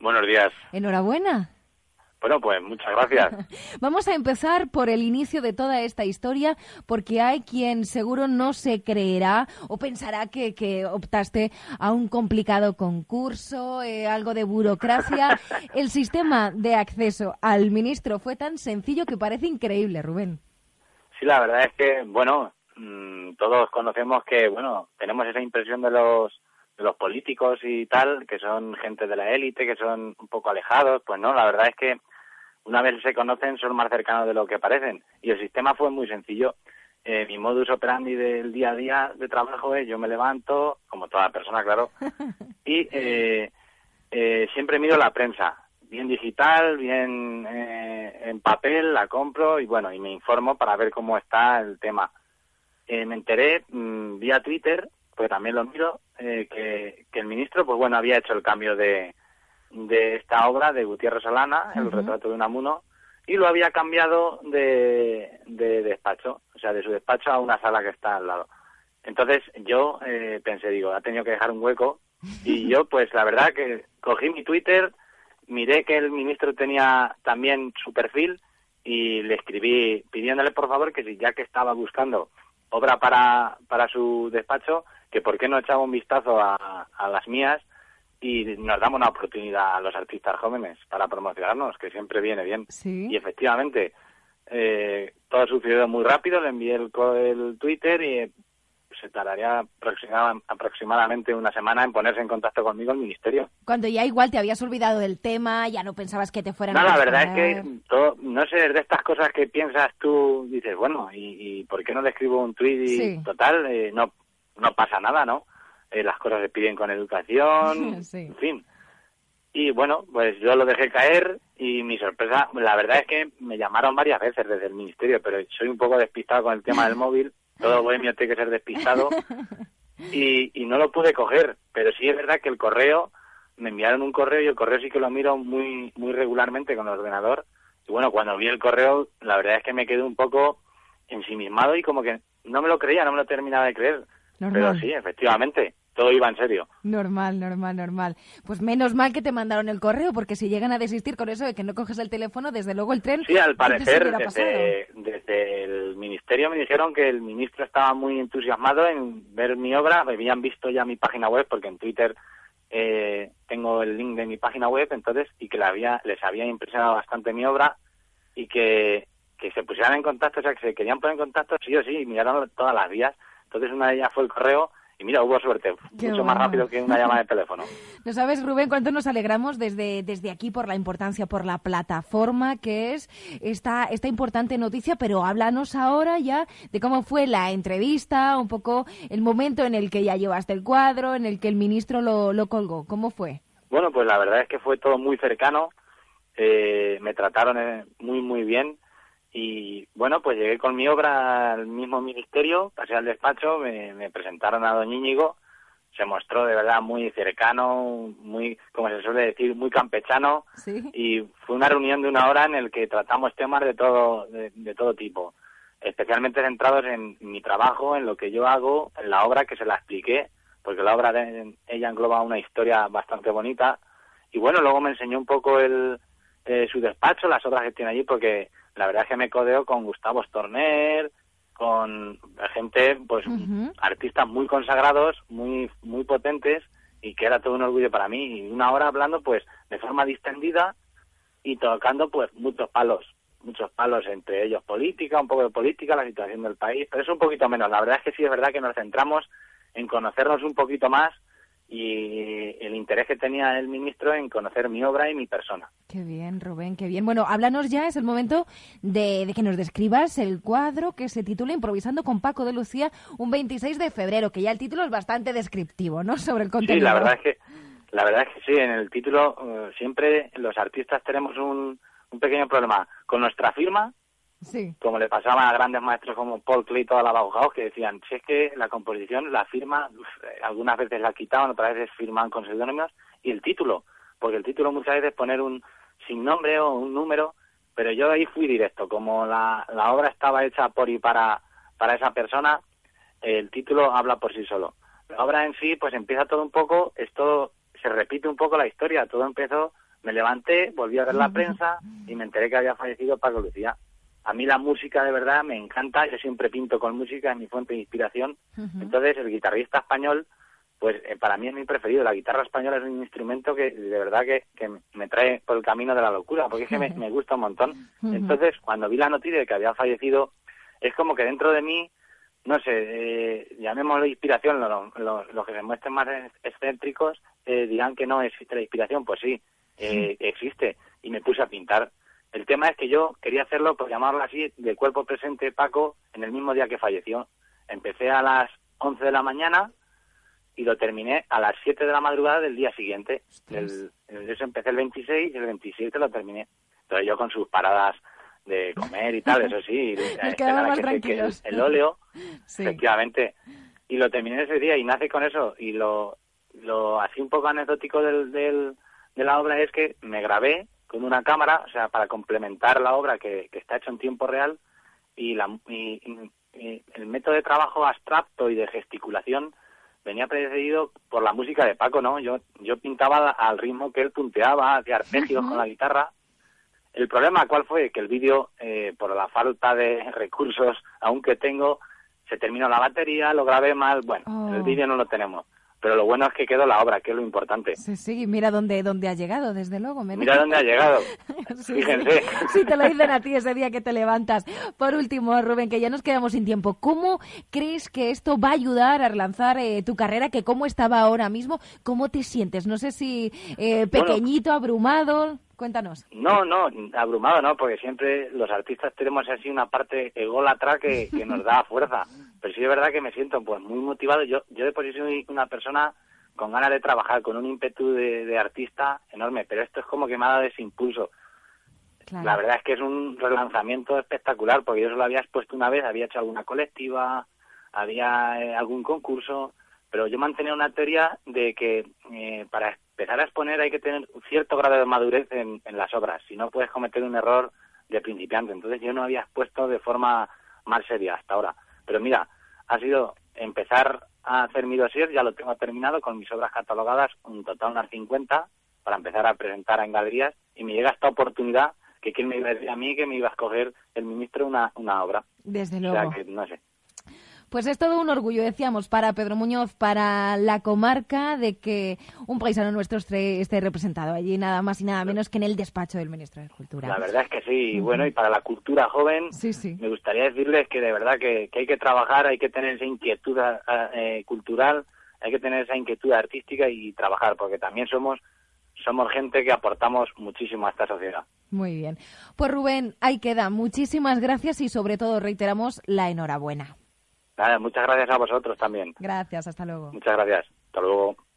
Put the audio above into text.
Buenos días. Enhorabuena. Bueno, pues muchas gracias. Vamos a empezar por el inicio de toda esta historia, porque hay quien seguro no se creerá o pensará que optaste a un complicado concurso, algo de burocracia. El sistema de acceso al ministro fue tan sencillo que parece increíble, Rubén. Sí, la verdad es que, bueno, todos conocemos que, bueno, tenemos esa impresión de los políticos y tal, que son gente de la élite, que son un poco alejados. Pues no, la verdad es que una vez se conocen son más cercanos de lo que parecen. Y el sistema fue muy sencillo. Mi modus operandi del día a día de trabajo es: yo me levanto, como toda persona, claro, y siempre miro la prensa, bien digital, bien en papel, la compro y bueno, y me informo para ver cómo está el tema. Me enteré vía Twitter, pues también lo miro, que el ministro, pues bueno, había hecho el cambio de esta obra de Gutiérrez Solana, el retrato de Unamuno, y lo había cambiado de despacho, o sea, de su despacho a una sala que está al lado. Entonces yo pensé, digo, ha tenido que dejar un hueco, y yo, pues la verdad que cogí mi Twitter, miré que el ministro tenía también su perfil, y le escribí pidiéndole por favor que si ya que estaba buscando obra para su despacho, que por qué no echaba un vistazo a las mías, y nos damos una oportunidad a los artistas jóvenes para promocionarnos, que siempre viene bien. ¿Sí? Y efectivamente, todo sucedió muy rápido, le envié el Twitter y se tardaría aproximadamente una semana en ponerse en contacto conmigo el ministerio. Cuando ya igual te habías olvidado del tema, ya no pensabas que te fueran a No, la responder. verdad es que no sé, de estas cosas que piensas tú, dices, bueno, ¿y por qué no le escribo un tuit? Y Sí. total, no pasa nada, ¿no? Las cosas se piden con educación, Sí. en fin. Y bueno, pues yo lo dejé caer y mi sorpresa, la verdad es que me llamaron varias veces desde el ministerio, pero soy un poco despistado con el tema del móvil, todo bohemio tiene que ser despistado, y no lo pude coger, pero sí es verdad que el correo, me enviaron un correo y el correo sí que lo miro muy muy regularmente con el ordenador, y bueno, cuando vi el correo, la verdad es que me quedé un poco ensimismado y como que no me lo creía, no me lo terminaba de creer. Normal. Pero sí, efectivamente, todo iba en serio. Normal. Pues menos mal que te mandaron el correo, porque si llegan a desistir con eso de que no coges el teléfono, desde luego el tren... Sí, al parecer, desde el ministerio me dijeron que el ministro estaba muy entusiasmado en ver mi obra, habían visto ya mi página web, porque en Twitter tengo el link de mi página web, entonces, y que les había impresionado bastante mi obra, y que se pusieran en contacto, o sea, que se querían poner en contacto sí o sí, y miraron todas las vías. Entonces una de ellas fue el correo, y mira, hubo suerte, mucho más rápido que una llamada de teléfono. ¿No sabes, Rubén, cuánto nos alegramos desde aquí por la importancia, por la plataforma que es esta importante noticia? Pero háblanos ahora ya de cómo fue la entrevista, un poco el momento en el que ya llevaste el cuadro, en el que el ministro lo colgó. ¿Cómo fue? Bueno, pues la verdad es que fue todo muy cercano, me trataron muy, muy bien. Y bueno, pues llegué con mi obra al mismo ministerio, pasé al despacho, me presentaron a don Íñigo, se mostró de verdad muy cercano, muy, como se suele decir, muy campechano. ¿Sí? Y fue una reunión de una hora en el que tratamos temas de todo tipo, especialmente centrados en mi trabajo, en lo que yo hago, en la obra, que se la expliqué, porque la obra de ella engloba una historia bastante bonita. Y bueno, luego me enseñó un poco su despacho, las obras que tiene allí, porque la verdad es que me codeo con Gustavo Storner, con gente, pues artistas muy consagrados, muy muy potentes, y que era todo un orgullo para mí. Y una hora hablando, pues, de forma distendida y tocando, pues, muchos palos, entre ellos política, un poco de política, la situación del país, pero eso un poquito menos. La verdad es que sí es verdad que nos centramos en conocernos un poquito más, y el interés que tenía el ministro en conocer mi obra y mi persona. Qué bien, Rubén, qué bien. Bueno, háblanos ya, es el momento de que nos describas el cuadro que se titula Improvisando con Paco de Lucía, un 26 de febrero, que ya el título es bastante descriptivo, ¿no?, sobre el contenido. Sí, la verdad es que sí, en el título siempre los artistas tenemos un pequeño problema con nuestra firma. Sí. Como le pasaba a grandes maestros como Paul Klee y toda la Bauhaus, que decían, si es que la composición, la firma, algunas veces la quitaban, otras veces firmaban con seudónimos, y el título, porque el título muchas veces poner un sin nombre o un número, pero yo ahí fui directo, como la obra estaba hecha por y para esa persona, el título habla por sí solo. La obra en sí, pues empieza todo un poco, esto se repite un poco la historia, todo empezó me levanté, volví a ver la prensa y me enteré que había fallecido Paco Lucía. A mí la música de verdad me encanta, yo siempre pinto con música, es mi fuente de inspiración. Entonces el guitarrista español, pues para mí es mi preferido. La guitarra española es un instrumento que de verdad que me trae por el camino de la locura, porque es que me gusta un montón. Entonces cuando vi la noticia de que había fallecido, es como que dentro de mí, no sé, llamémoslo inspiración, los que se muestren más excéntricos dirán que no existe la inspiración, pues sí, existe, y me puse a pintar. El tema es que yo quería hacerlo, por llamarlo así, del cuerpo presente Paco en el mismo día que falleció. Empecé a las 11 de la mañana y lo terminé a las 7 de la madrugada del día siguiente. Yo empecé el 26 y el 27 lo terminé. Entonces yo con sus paradas de comer y tal, eso sí, nos quedamos más tranquilos. El óleo, sí. Efectivamente. Y lo terminé ese día y nace con eso. Y lo así un poco anecdótico de la obra es que me grabé con una cámara, o sea, para complementar la obra que está hecho en tiempo real, y el método de trabajo abstracto y de gesticulación venía precedido por la música de Paco, ¿no? Yo pintaba al ritmo que él punteaba, hacía arpegios con la guitarra. El problema, ¿cuál fue? Que el vídeo, por la falta de recursos aún que tengo, se terminó la batería, lo grabé mal, bueno, el vídeo no lo tenemos. Pero lo bueno es que quedó la obra, que es lo importante. Sí, mira dónde ha llegado, desde luego. Mira dónde ha llegado, fíjense. Sí, te lo dicen a ti ese día que te levantas. Por último, Rubén, que ya nos quedamos sin tiempo, ¿cómo crees que esto va a ayudar a relanzar tu carrera, que cómo estaba ahora mismo? ¿Cómo te sientes? No sé si pequeñito, abrumado... Cuéntanos. No, abrumado no, porque siempre los artistas tenemos así una parte ególatra que nos da fuerza. Pero sí es verdad que me siento pues muy motivado. Yo de por sí soy una persona con ganas de trabajar, con un ímpetu de artista enorme, pero esto es como que me ha dado ese impulso. Claro. La verdad es que es un relanzamiento espectacular, porque yo solo había expuesto una vez, había hecho alguna colectiva, había algún concurso, pero yo mantenía una teoría de que para empezar a exponer hay que tener un cierto grado de madurez en las obras, si no puedes cometer un error de principiante. Entonces yo no había expuesto de forma más seria hasta ahora. Pero mira, ha sido empezar a hacer mi dossier, ya lo tengo terminado con mis obras catalogadas, un total unas 50, para empezar a presentar en galerías, y me llega esta oportunidad que quién me iba a decir a mí que me iba a escoger el ministro una obra. Desde luego. O sea que no sé. Pues es todo un orgullo, decíamos, para Pedro Muñoz, para la comarca, de que un paisano nuestro esté representado allí, nada más y nada menos que en el despacho del ministro de Cultura. La verdad es que sí, bueno, y para la cultura joven, me gustaría decirles que de verdad que hay que trabajar, hay que tener esa inquietud cultural, hay que tener esa inquietud artística y trabajar, porque también somos gente que aportamos muchísimo a esta sociedad. Muy bien. Pues Rubén, ahí queda. Muchísimas gracias y sobre todo reiteramos la enhorabuena. Nada, muchas gracias a vosotros también. Gracias, hasta luego. Muchas gracias, hasta luego.